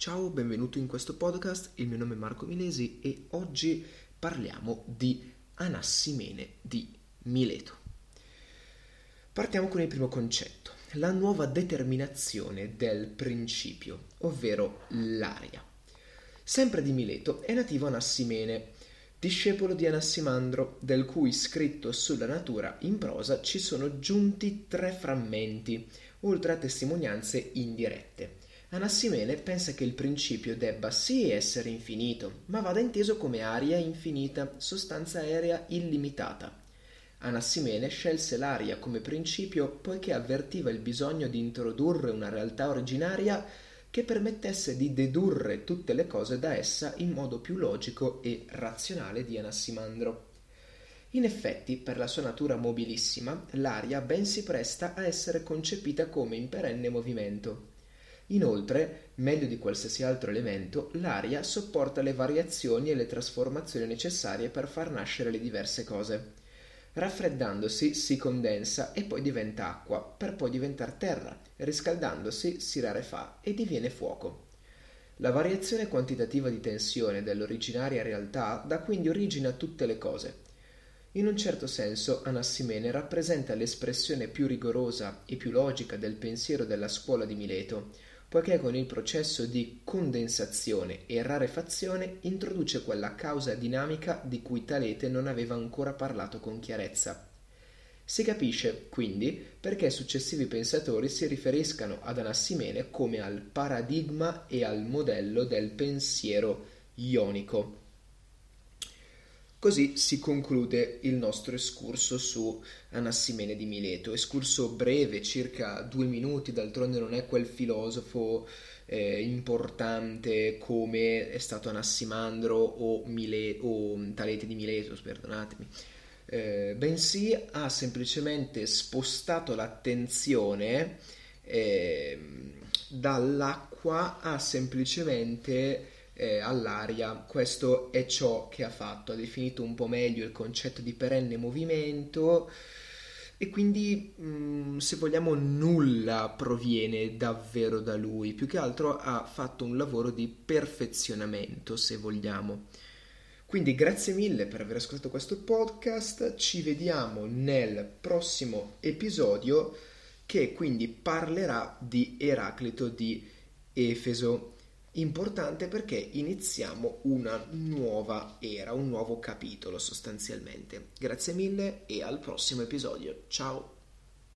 Ciao, benvenuto in questo podcast, il mio nome è Marco Milesi e oggi parliamo di Anassimene di Mileto. Partiamo con il primo concetto, la nuova determinazione del principio, ovvero l'aria. Sempre di Mileto è nativo Anassimene, discepolo di Anassimandro, del cui scritto sulla natura in prosa ci sono giunti 3 frammenti, oltre a testimonianze indirette. Anassimene pensa che il principio debba sì essere infinito, ma vada inteso come aria infinita, sostanza aerea illimitata. Anassimene scelse l'aria come principio poiché avvertiva il bisogno di introdurre una realtà originaria che permettesse di dedurre tutte le cose da essa in modo più logico e razionale di Anassimandro. In effetti, per la sua natura mobilissima, l'aria ben si presta a essere concepita come in perenne movimento. Inoltre, meglio di qualsiasi altro elemento, l'aria sopporta le variazioni e le trasformazioni necessarie per far nascere le diverse cose. Raffreddandosi si condensa e poi diventa acqua, per poi diventare terra, riscaldandosi si rarefà e diviene fuoco. La variazione quantitativa di tensione dell'originaria realtà dà quindi origine a tutte le cose. In un certo senso, Anassimene rappresenta l'espressione più rigorosa e più logica del pensiero della scuola di Mileto, poiché con il processo di condensazione e rarefazione introduce quella causa dinamica di cui Talete non aveva ancora parlato con chiarezza. Si capisce, quindi, perché successivi pensatori si riferiscano ad Anassimene come al paradigma e al modello del pensiero ionico. Così si conclude il nostro escurso su Anassimene di Mileto, escurso breve, circa 2 minuti, d'altronde non è quel filosofo importante come è stato Anassimandro o Talete di Mileto, perdonatemi, bensì ha semplicemente spostato l'attenzione dall'acqua a semplicemente all'aria. Questo è ciò che ha fatto, ha definito un po' meglio il concetto di perenne movimento e quindi se vogliamo nulla proviene davvero da lui, più che altro ha fatto un lavoro di perfezionamento, se vogliamo. Quindi grazie mille per aver ascoltato questo podcast, ci vediamo nel prossimo episodio che quindi parlerà di Eraclito di Efeso. Importante perché iniziamo una nuova era, un nuovo capitolo sostanzialmente. Grazie mille e al prossimo episodio. Ciao!